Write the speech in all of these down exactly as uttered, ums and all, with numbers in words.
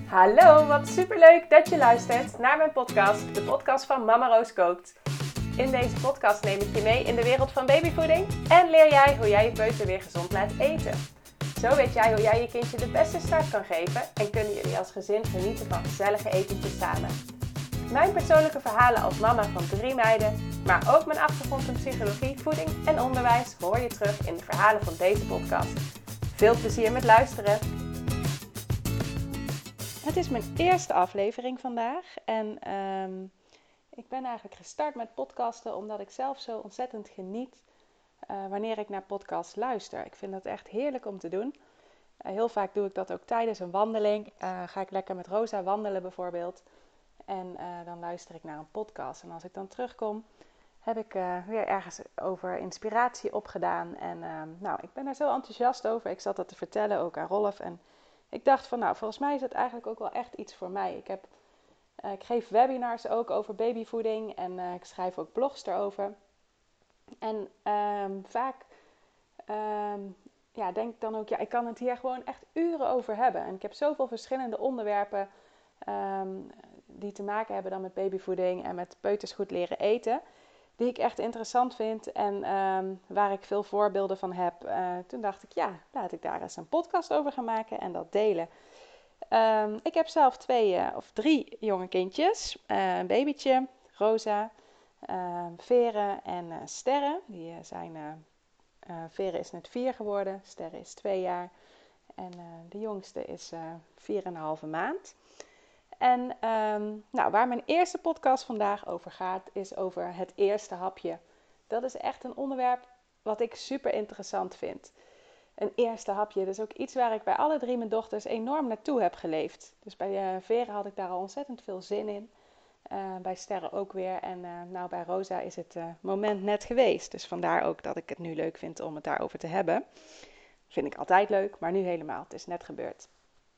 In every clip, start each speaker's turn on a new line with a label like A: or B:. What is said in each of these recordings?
A: Hallo, wat superleuk dat je luistert naar mijn podcast, de podcast van Mama Roos Kookt. In deze podcast neem ik je mee in de wereld van babyvoeding en leer jij hoe jij je peuter weer gezond laat eten. Zo weet jij hoe jij je kindje de beste start kan geven en kunnen jullie als gezin genieten van gezellige etentjes samen. Mijn persoonlijke verhalen als mama van drie meiden, maar ook mijn achtergrond in psychologie, voeding en onderwijs hoor je terug in de verhalen van deze podcast. Veel plezier met luisteren! Het is mijn eerste aflevering vandaag en um, ik ben eigenlijk gestart met podcasten omdat ik zelf zo ontzettend geniet uh, wanneer ik naar podcasts luister. Ik vind dat echt heerlijk om te doen. Uh, heel vaak doe ik dat ook tijdens een wandeling. Uh, ga ik lekker met Rosa wandelen bijvoorbeeld en uh, dan luister ik naar een podcast. En als ik dan terugkom heb ik uh, weer ergens over inspiratie opgedaan en uh, nou, ik ben er zo enthousiast over. Ik zat dat te vertellen ook aan Rolf en ik dacht van nou, volgens mij is het eigenlijk ook wel echt iets voor mij. Ik, heb, uh, ik geef webinars ook over babyvoeding en uh, ik schrijf ook blogs erover. En um, vaak um, ja, denk ik dan ook, ja, ik kan het hier gewoon echt uren over hebben. En ik heb zoveel verschillende onderwerpen um, die te maken hebben dan met babyvoeding en met peuters goed leren eten. Die ik echt interessant vind en um, waar ik veel voorbeelden van heb. Uh, toen dacht ik, ja, laat ik daar eens een podcast over gaan maken en dat delen. Um, ik heb zelf twee uh, of drie jonge kindjes. Uh, een babytje, Rosa, uh, Vere en uh, Sterre. Die uh, zijn, uh, uh, Vere is net vier geworden, Sterre is twee jaar. En uh, de jongste is uh, vier en een halve maand. En um, nou, waar mijn eerste podcast vandaag over gaat, is over het eerste hapje. Dat is echt een onderwerp wat ik super interessant vind. Een eerste hapje, dat is ook iets waar ik bij alle drie mijn dochters enorm naartoe heb geleefd. Dus bij uh, Vere had ik daar al ontzettend veel zin in. Uh, bij Sterre ook weer. En uh, nou, bij Rosa is het uh, moment net geweest. Dus vandaar ook dat ik het nu leuk vind om het daarover te hebben. Vind ik altijd leuk, maar nu helemaal. Het is net gebeurd.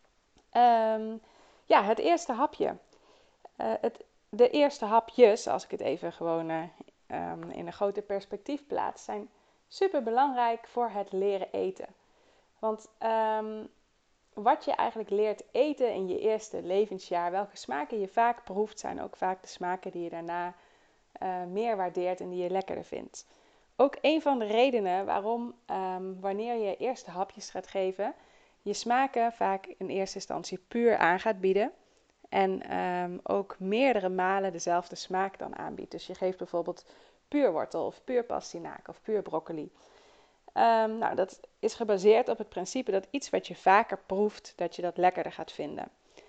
A: Um, Ja, het eerste hapje. Uh, het, de eerste hapjes, als ik het even gewoon uh, um, in een groter perspectief plaats, zijn super belangrijk voor het leren eten. Want um, wat je eigenlijk leert eten in je eerste levensjaar, welke smaken je vaak proeft, zijn ook vaak de smaken die je daarna uh, meer waardeert en die je lekkerder vindt. Ook een van de redenen waarom um, wanneer je eerste hapjes gaat geven, je smaken vaak in eerste instantie puur aan gaat bieden. En um, ook meerdere malen dezelfde smaak dan aanbiedt. Dus je geeft bijvoorbeeld puur wortel of puur pastinaak of puur broccoli. Um, nou, dat is gebaseerd op het principe dat iets wat je vaker proeft, dat je dat lekkerder gaat vinden.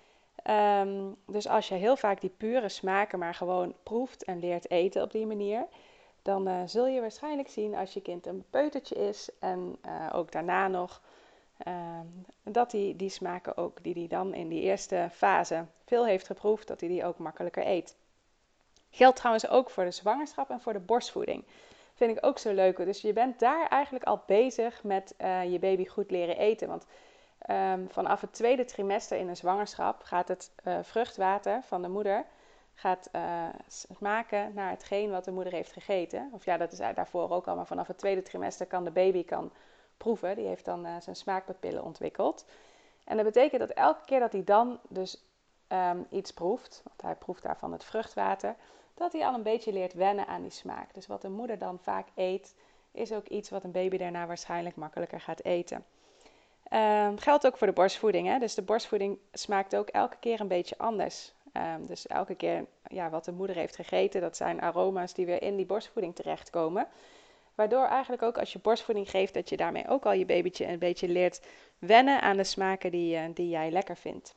A: Um, dus als je heel vaak die pure smaken maar gewoon proeft en leert eten op die manier, dan uh, zul je waarschijnlijk zien als je kind een peutertje is en uh, ook daarna nog, Uh, dat hij die smaken ook die hij dan in die eerste fase veel heeft geproefd, dat hij die ook makkelijker eet. Geldt trouwens ook voor de zwangerschap en voor de borstvoeding. Vind ik ook zo leuk. Dus je bent daar eigenlijk al bezig met uh, je baby goed leren eten. Want um, vanaf het tweede trimester in een zwangerschap gaat het uh, vruchtwater van de moeder gaat uh, smaken naar hetgeen wat de moeder heeft gegeten. Of ja, dat is daarvoor ook al, maar vanaf het tweede trimester kan de baby kan proeven. Die heeft dan uh, zijn smaakpapillen ontwikkeld. En dat betekent dat elke keer dat hij dan dus um, iets proeft, want hij proeft daarvan het vruchtwater, dat hij al een beetje leert wennen aan die smaak. Dus wat de moeder dan vaak eet, is ook iets wat een baby daarna waarschijnlijk makkelijker gaat eten. Um, geldt ook voor de borstvoeding. Hè? Dus de borstvoeding smaakt ook elke keer een beetje anders. Um, dus elke keer ja, wat de moeder heeft gegeten, dat zijn aroma's die weer in die borstvoeding terechtkomen. Waardoor eigenlijk ook als je borstvoeding geeft, dat je daarmee ook al je babytje een beetje leert wennen aan de smaken die, uh, die jij lekker vindt.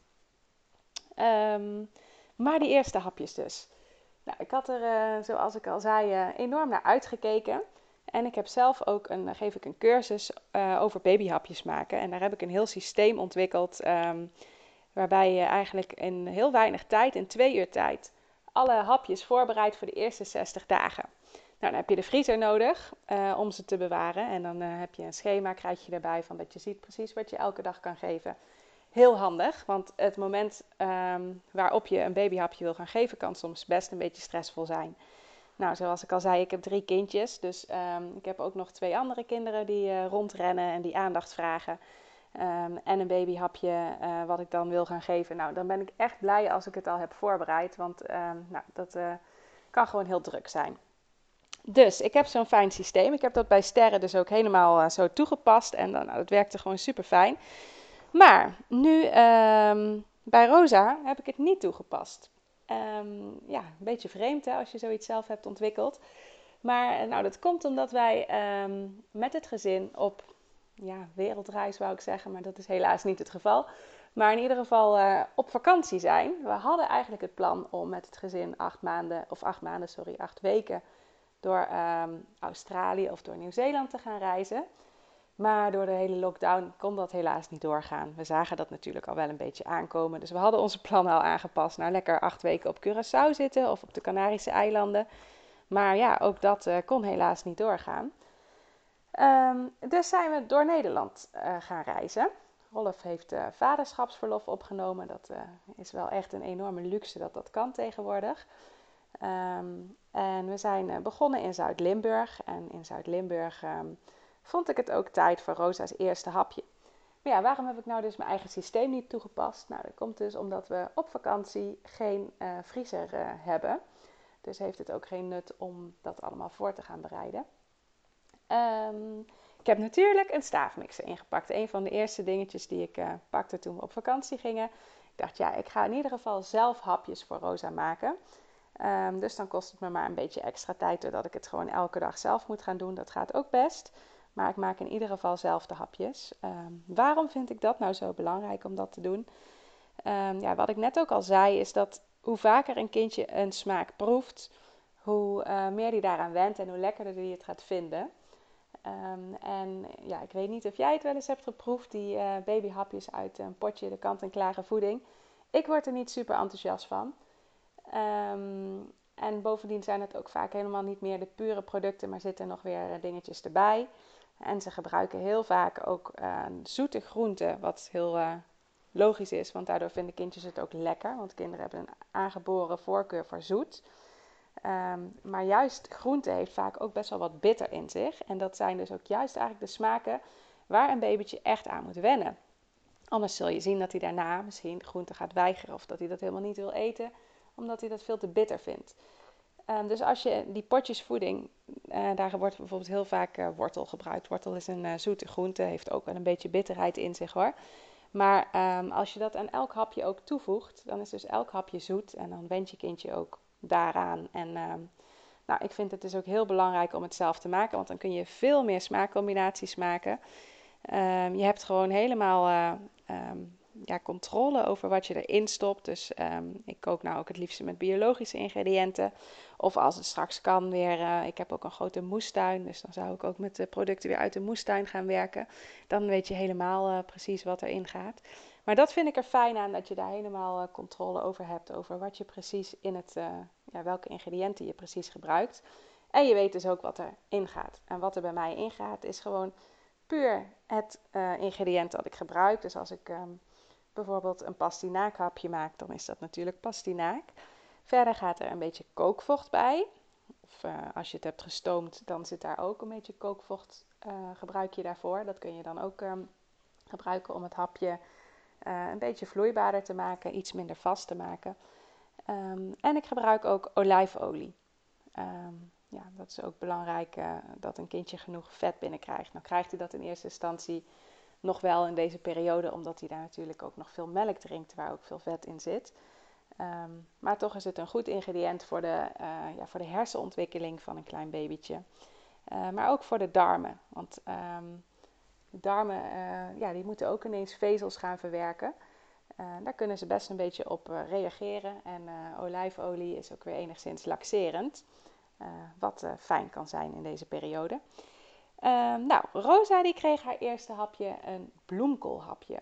A: Um, maar die eerste hapjes dus. Nou, ik had er, uh, zoals ik al zei, uh, enorm naar uitgekeken. En ik heb zelf ook een, geef ik een cursus uh, over babyhapjes maken. En daar heb ik een heel systeem ontwikkeld, um, waarbij je eigenlijk in heel weinig tijd, in twee uur tijd, alle hapjes voorbereidt voor de eerste zestig dagen. Nou, dan heb je de vriezer nodig uh, om ze te bewaren. En dan uh, heb je een schema, krijg je erbij van dat je ziet precies wat je elke dag kan geven. Heel handig, want het moment um, waarop je een babyhapje wil gaan geven kan soms best een beetje stressvol zijn. Nou, zoals ik al zei, ik heb drie kindjes. Dus um, ik heb ook nog twee andere kinderen die uh, rondrennen en die aandacht vragen. Um, en een babyhapje uh, wat ik dan wil gaan geven. Nou, dan ben ik echt blij als ik het al heb voorbereid. Want um, nou, dat uh, kan gewoon heel druk zijn. Dus ik heb zo'n fijn systeem. Ik heb dat bij Sterren dus ook helemaal uh, zo toegepast. En dan, nou, dat werkte gewoon super fijn. Maar nu um, bij Rosa heb ik het niet toegepast. Um, ja, een beetje vreemd hè, als je zoiets zelf hebt ontwikkeld. Maar nou, dat komt omdat wij um, met het gezin op ja, wereldreis wou ik zeggen, maar dat is helaas niet het geval. Maar in ieder geval uh, op vakantie zijn. We hadden eigenlijk het plan om met het gezin acht maanden, of acht maanden, sorry, acht weken door um, Australië of door Nieuw-Zeeland te gaan reizen. Maar door de hele lockdown kon dat helaas niet doorgaan. We zagen dat natuurlijk al wel een beetje aankomen. Dus we hadden onze plannen al aangepast naar lekker acht weken op Curaçao zitten of op de Canarische eilanden. Maar ja, ook dat uh, kon helaas niet doorgaan. Um, dus zijn we door Nederland uh, gaan reizen. Rolf heeft uh, vaderschapsverlof opgenomen. Dat uh, is wel echt een enorme luxe dat dat kan tegenwoordig. Um, en we zijn uh, begonnen in Zuid-Limburg. En in Zuid-Limburg um, vond ik het ook tijd voor Rosa's eerste hapje. Maar ja, waarom heb ik nou dus mijn eigen systeem niet toegepast? Nou, dat komt dus omdat we op vakantie geen uh, vriezer uh, hebben. Dus heeft het ook geen nut om dat allemaal voor te gaan bereiden. Um, ik heb natuurlijk een staafmixer ingepakt. Een van de eerste dingetjes die ik uh, pakte toen we op vakantie gingen. Ik dacht, ja, ik ga in ieder geval zelf hapjes voor Rosa maken. Um, dus dan kost het me maar een beetje extra tijd, doordat ik het gewoon elke dag zelf moet gaan doen. Dat gaat ook best. Maar ik maak in ieder geval zelf de hapjes. Um, waarom vind ik dat nou zo belangrijk om dat te doen? Um, ja, wat ik net ook al zei, is dat hoe vaker een kindje een smaak proeft, hoe uh, meer die daaraan went en hoe lekkerder die het gaat vinden. Um, en ja, ik weet niet of jij het wel eens hebt geproefd, die uh, babyhapjes uit een potje de kant-en-klare voeding. Ik word er niet super enthousiast van. Um, en bovendien zijn het ook vaak helemaal niet meer de pure producten, maar zitten nog weer dingetjes erbij. En ze gebruiken heel vaak ook uh, zoete groenten, wat heel uh, logisch is, want daardoor vinden kindjes het ook lekker. Want kinderen hebben een aangeboren voorkeur voor zoet. Um, maar juist groente heeft vaak ook best wel wat bitter in zich. En dat zijn dus ook juist eigenlijk de smaken waar een babytje echt aan moet wennen. Anders zul je zien dat hij daarna misschien groente gaat weigeren of dat hij dat helemaal niet wil eten, omdat hij dat veel te bitter vindt. Um, dus als je die potjesvoeding, uh, daar wordt bijvoorbeeld heel vaak uh, wortel gebruikt. Wortel is een uh, zoete groente, heeft ook wel een beetje bitterheid in zich hoor. Maar um, als je dat aan elk hapje ook toevoegt, dan is dus elk hapje zoet en dan went je kindje ook daaraan. En um, nou, ik vind het dus ook heel belangrijk om het zelf te maken, want dan kun je veel meer smaakcombinaties maken. Um, je hebt gewoon helemaal uh, um, ja, controle over wat je erin stopt. Dus um, ik kook nou ook het liefste met biologische ingrediënten. Of als het straks kan weer, uh, ik heb ook een grote moestuin, dus dan zou ik ook met de producten weer uit de moestuin gaan werken. Dan weet je helemaal uh, precies wat erin gaat. Maar dat vind ik er fijn aan, dat je daar helemaal uh, controle over hebt, over wat je precies in het, uh, ja, welke ingrediënten je precies gebruikt. En je weet dus ook wat erin gaat. En wat er bij mij ingaat is gewoon puur het uh, ingrediënt dat ik gebruik. Dus als ik um, bijvoorbeeld een pastinaakhapje maak, dan is dat natuurlijk pastinaak. Verder gaat er een beetje kookvocht bij. Of uh, als je het hebt gestoomd, dan zit daar ook een beetje kookvocht, uh, gebruik je daarvoor. Dat kun je dan ook um, gebruiken om het hapje uh, een beetje vloeibaarder te maken, iets minder vast te maken. Um, en ik gebruik ook olijfolie. Um, ja, dat is ook belangrijk, uh, dat een kindje genoeg vet binnenkrijgt. Nou krijgt hij dat in eerste instantie nog wel in deze periode, omdat hij daar natuurlijk ook nog veel melk drinkt, waar ook veel vet in zit. Um, maar toch is het een goed ingrediënt voor de, uh, ja, voor de hersenontwikkeling van een klein babytje. Uh, maar ook voor de darmen. Want um, de darmen, uh, ja, die moeten ook ineens vezels gaan verwerken. Uh, daar kunnen ze best een beetje op uh, reageren. En uh, olijfolie is ook weer enigszins laxerend. Uh, wat uh, fijn kan zijn in deze periode. Uh, nou, Rosa die kreeg haar eerste hapje, een bloemkoolhapje.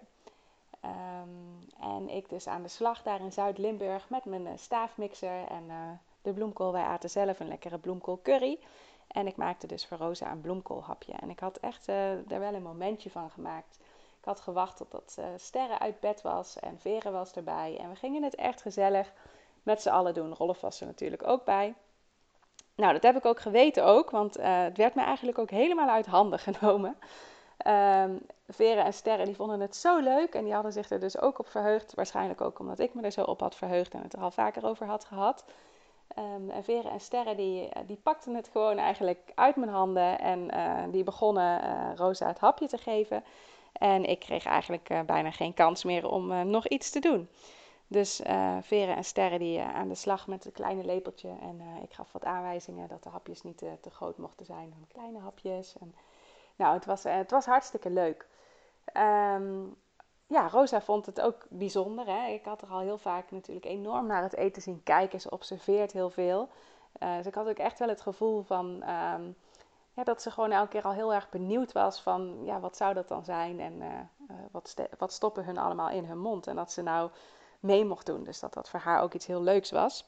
A: Um, en ik dus aan de slag daar in Zuid-Limburg met mijn uh, staafmixer. En uh, de bloemkool, wij aten zelf een lekkere bloemkoolcurry. En ik maakte dus voor Rosa een bloemkoolhapje. En ik had echt uh, daar wel een momentje van gemaakt. Ik had gewacht totdat uh, Sterren uit bed was en Veren was erbij. En we gingen het echt gezellig met z'n allen doen. Rolf was er natuurlijk ook bij. Nou, dat heb ik ook geweten ook, want uh, het werd me eigenlijk ook helemaal uit handen genomen. Um, Vera en Sterre die vonden het zo leuk en die hadden zich er dus ook op verheugd. Waarschijnlijk ook omdat ik me er zo op had verheugd en het er al vaker over had gehad. Um, en Vera en Sterre die, die pakten het gewoon eigenlijk uit mijn handen en uh, die begonnen uh, Rosa het hapje te geven. En ik kreeg eigenlijk uh, bijna geen kans meer om uh, nog iets te doen. Dus uh, Vera en Sterre die uh, aan de slag met een kleine lepeltje. En uh, ik gaf wat aanwijzingen dat de hapjes niet uh, te groot mochten zijn. Dan kleine hapjes. En, nou, het was, uh, het was hartstikke leuk. Um, ja, Rosa vond het ook bijzonder. Hè? Ik had er al heel vaak natuurlijk enorm naar het eten zien kijken. Ze observeert heel veel. Uh, dus ik had ook echt wel het gevoel van... Um, ja, dat ze gewoon elke keer al heel erg benieuwd was van... ja, wat zou dat dan zijn? En uh, uh, wat, ste- wat stoppen hun allemaal in hun mond? En dat ze nou mee mocht doen. Dus dat dat voor haar ook iets heel leuks was.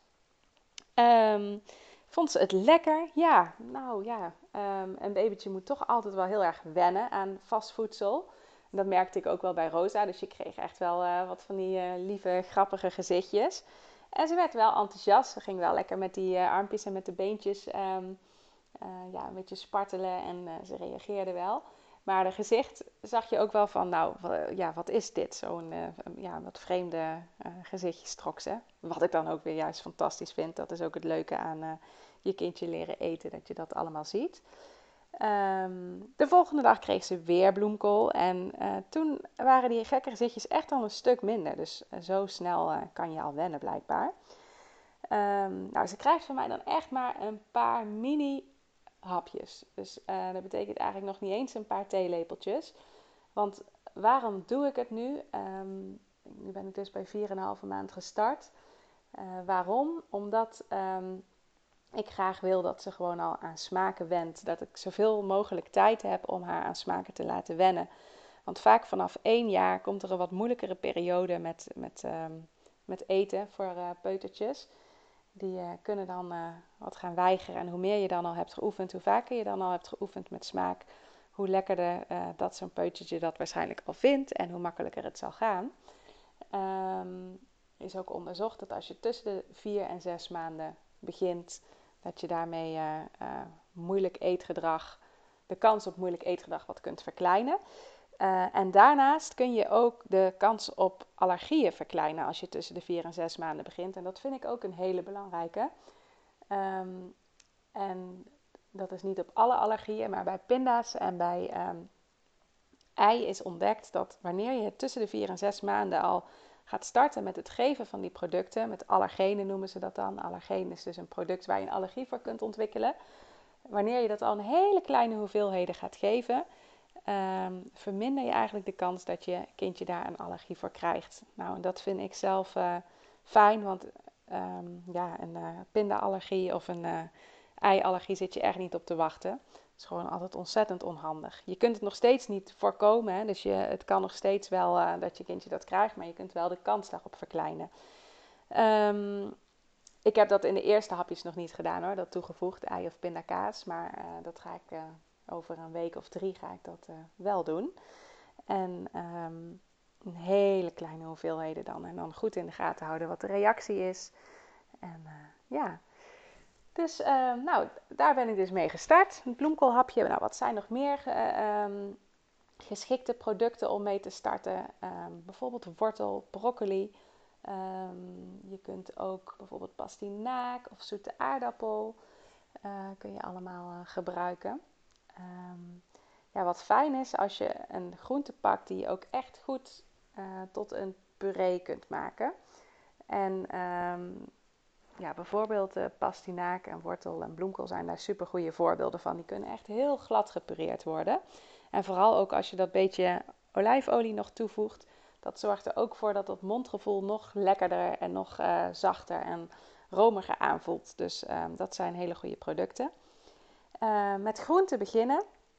A: Um, vond ze het lekker? Ja, nou ja. Um, een babytje moet toch altijd wel heel erg wennen aan vast voedsel. En dat merkte ik ook wel bij Rosa. Dus je kreeg echt wel uh, wat van die uh, lieve, grappige gezichtjes. En ze werd wel enthousiast. Ze ging wel lekker met die uh, armpjes en met de beentjes um, uh, ja, een beetje spartelen. En uh, ze reageerde wel. Maar de gezicht zag je ook wel van, nou, ja, wat is dit? Zo'n uh, ja, wat vreemde uh, gezichtjes trok ze. Wat ik dan ook weer juist fantastisch vind. Dat is ook het leuke aan uh, je kindje leren eten, dat je dat allemaal ziet. Um, de volgende dag kreeg ze weer bloemkool. En uh, toen waren die gekke gezichtjes echt al een stuk minder. Dus uh, zo snel uh, kan je al wennen blijkbaar. Um, nou, ze krijgt van mij dan echt maar een paar mini hapjes. Dus uh, dat betekent eigenlijk nog niet eens een paar theelepeltjes. Want waarom doe ik het nu? Um, nu ben ik dus bij vier komma vijf maand gestart. Uh, waarom? Omdat um, ik graag wil dat ze gewoon al aan smaken went. Dat ik zoveel mogelijk tijd heb om haar aan smaken te laten wennen. Want vaak vanaf één jaar komt er een wat moeilijkere periode met, met, um, met eten voor uh, peutertjes. Die uh, kunnen dan uh, wat gaan weigeren. En hoe meer je dan al hebt geoefend, hoe vaker je dan al hebt geoefend met smaak, hoe lekkerder uh, dat zo'n peutertje dat waarschijnlijk al vindt en hoe makkelijker het zal gaan. Um, is ook onderzocht dat als je tussen de vier en zes maanden begint, dat je daarmee uh, uh, moeilijk eetgedrag, de kans op moeilijk eetgedrag wat kunt verkleinen. Uh, en daarnaast kun je ook de kans op allergieën verkleinen als je tussen de vier en zes maanden begint. En dat vind ik ook een hele belangrijke. Um, en dat is niet op alle allergieën, maar bij pinda's en bij um, ei is ontdekt dat wanneer je tussen de vier en zes maanden al gaat starten met het geven van die producten, met allergenen noemen ze dat dan. Allergeen is dus een product waar je een allergie voor kunt ontwikkelen. Wanneer je dat al in hele kleine hoeveelheden gaat geven, Um, verminder je eigenlijk de kans dat je kindje daar een allergie voor krijgt. Nou, en dat vind ik zelf uh, fijn, want um, ja, een uh, pindaallergie of een uh, ei-allergie zit je echt niet op te wachten. Het is gewoon altijd ontzettend onhandig. Je kunt het nog steeds niet voorkomen, hè? Dus je, het kan nog steeds wel uh, dat je kindje dat krijgt, maar je kunt wel de kans daarop verkleinen. Um, ik heb dat in de eerste hapjes nog niet gedaan hoor, dat toegevoegd, ei of pindakaas, maar uh, dat ga ik... Uh, Over een week of drie ga ik dat uh, wel doen. En um, een hele kleine hoeveelheden dan. En dan goed in de gaten houden wat de reactie is. En uh, ja, dus uh, nou, daar ben ik dus mee gestart. Een bloemkoolhapje. Nou, wat zijn nog meer uh, um, geschikte producten om mee te starten? Um, bijvoorbeeld wortel, broccoli. Um, je kunt ook bijvoorbeeld pastinaak of zoete aardappel. Uh, kun je allemaal uh, gebruiken. Um, ja, wat fijn is als je een groente pakt die je ook echt goed uh, tot een puree kunt maken. En um, ja, bijvoorbeeld uh, pastinaak en wortel en bloemkool zijn daar super goede voorbeelden van. Die kunnen echt heel glad gepureerd worden. En vooral ook als je dat beetje olijfolie nog toevoegt. Dat zorgt er ook voor dat het mondgevoel nog lekkerder en nog uh, zachter en romiger aanvoelt. Dus um, dat zijn hele goede producten. Uh, met groenten beginnen.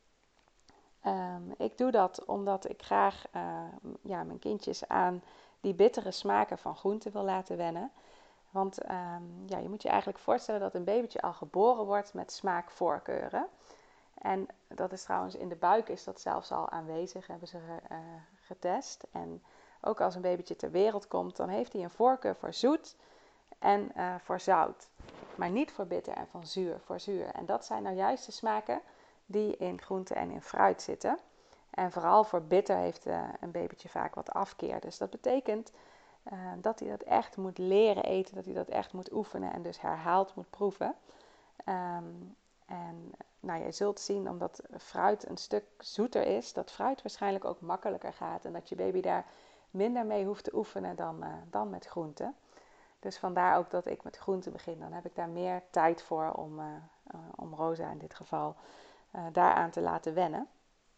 A: Um, ik doe dat omdat ik graag uh, ja, mijn kindjes aan die bittere smaken van groenten wil laten wennen. Want um, ja, je moet je eigenlijk voorstellen dat een babytje al geboren wordt met smaakvoorkeuren. En dat is trouwens in de buik is dat zelfs al aanwezig, hebben ze uh, getest. En ook als een babytje ter wereld komt, dan heeft hij een voorkeur voor zoet en uh, voor zout. Maar niet voor bitter en van zuur, voor zuur. En dat zijn nou juist de smaken die in groente en in fruit zitten. En vooral voor bitter heeft uh, een babytje vaak wat afkeer. Dus dat betekent uh, dat hij dat echt moet leren eten, dat hij dat echt moet oefenen en dus herhaald moet proeven. Um, en nou, je zult zien, omdat fruit een stuk zoeter is, dat fruit waarschijnlijk ook makkelijker gaat. En dat je baby daar minder mee hoeft te oefenen dan, uh, dan met groenten. Dus vandaar ook dat ik met groenten begin. Dan heb ik daar meer tijd voor om, uh, uh, om Rosa in dit geval uh, daaraan te laten wennen.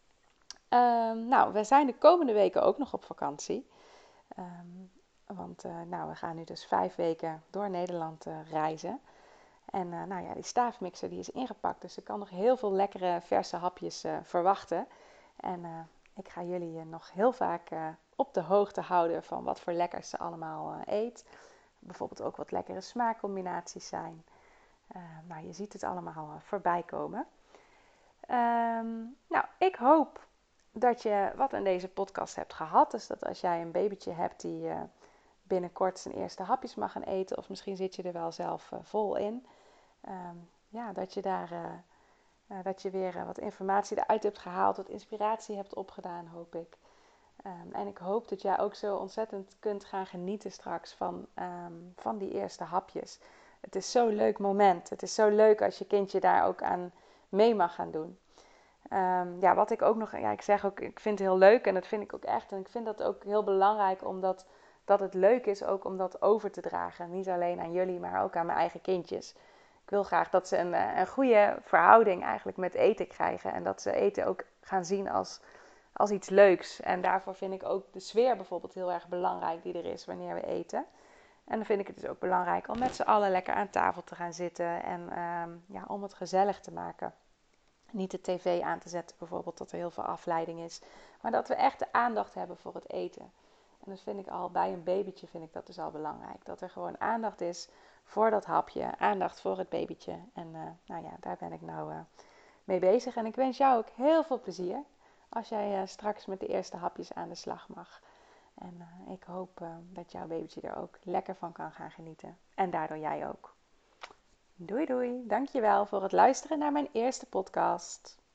A: Um, nou, we zijn de komende weken ook nog op vakantie. Um, want uh, nou, we gaan nu dus vijf weken door Nederland uh, reizen. En uh, nou ja, die staafmixer die is ingepakt. Dus ik kan nog heel veel lekkere verse hapjes uh, verwachten. En uh, ik ga jullie uh, nog heel vaak uh, op de hoogte houden van wat voor lekkers ze allemaal uh, eet. Bijvoorbeeld ook wat lekkere smaakcombinaties zijn. Uh, nou, je ziet het allemaal uh, voorbij komen. Um, nou, ik hoop dat je wat aan deze podcast hebt gehad. Dus dat als jij een babytje hebt die uh, binnenkort zijn eerste hapjes mag gaan eten. Of misschien zit je er wel zelf uh, vol in. Um, ja, dat je daar uh, uh, dat je weer uh, wat informatie eruit hebt gehaald. Wat inspiratie hebt opgedaan, hoop ik. Um, en ik hoop dat jij ook zo ontzettend kunt gaan genieten straks van, um, van die eerste hapjes. Het is zo'n leuk moment. Het is zo leuk als je kindje daar ook aan mee mag gaan doen. Um, ja, wat ik ook nog... Ja, ik zeg ook, ik vind het heel leuk en dat vind ik ook echt. En ik vind dat ook heel belangrijk, omdat dat het leuk is ook om dat over te dragen. Niet alleen aan jullie, maar ook aan mijn eigen kindjes. Ik wil graag dat ze een, een goede verhouding eigenlijk met eten krijgen. En dat ze eten ook gaan zien als, als iets leuks. En daarvoor vind ik ook de sfeer bijvoorbeeld heel erg belangrijk die er is wanneer we eten. En dan vind ik het dus ook belangrijk om met z'n allen lekker aan tafel te gaan zitten. En um, ja, om het gezellig te maken. Niet de tv aan te zetten bijvoorbeeld, dat er heel veel afleiding is. Maar dat we echt de aandacht hebben voor het eten. En dat vind ik al bij een babytje vind ik dat dus al belangrijk. Dat er gewoon aandacht is voor dat hapje. Aandacht voor het babytje. En uh, nou ja, daar ben ik nou uh, mee bezig. En ik wens jou ook heel veel plezier. Als jij uh, straks met de eerste hapjes aan de slag mag. En uh, ik hoop uh, dat jouw babytje er ook lekker van kan gaan genieten. En daardoor jij ook. Doei doei. Dankjewel voor het luisteren naar mijn eerste podcast.